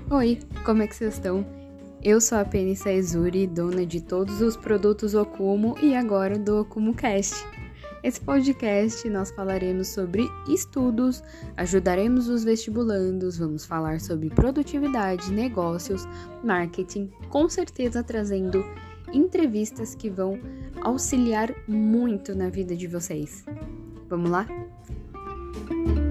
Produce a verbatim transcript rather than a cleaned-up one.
Oi, como é que vocês estão? Eu sou a Penny Saizuri, dona de todos os produtos Okumo e agora do Okumo Cast. Esse podcast nós falaremos sobre estudos, ajudaremos os vestibulandos, vamos falar sobre produtividade, negócios, marketing, com certeza trazendo entrevistas que vão auxiliar muito na vida de vocês. Vamos lá?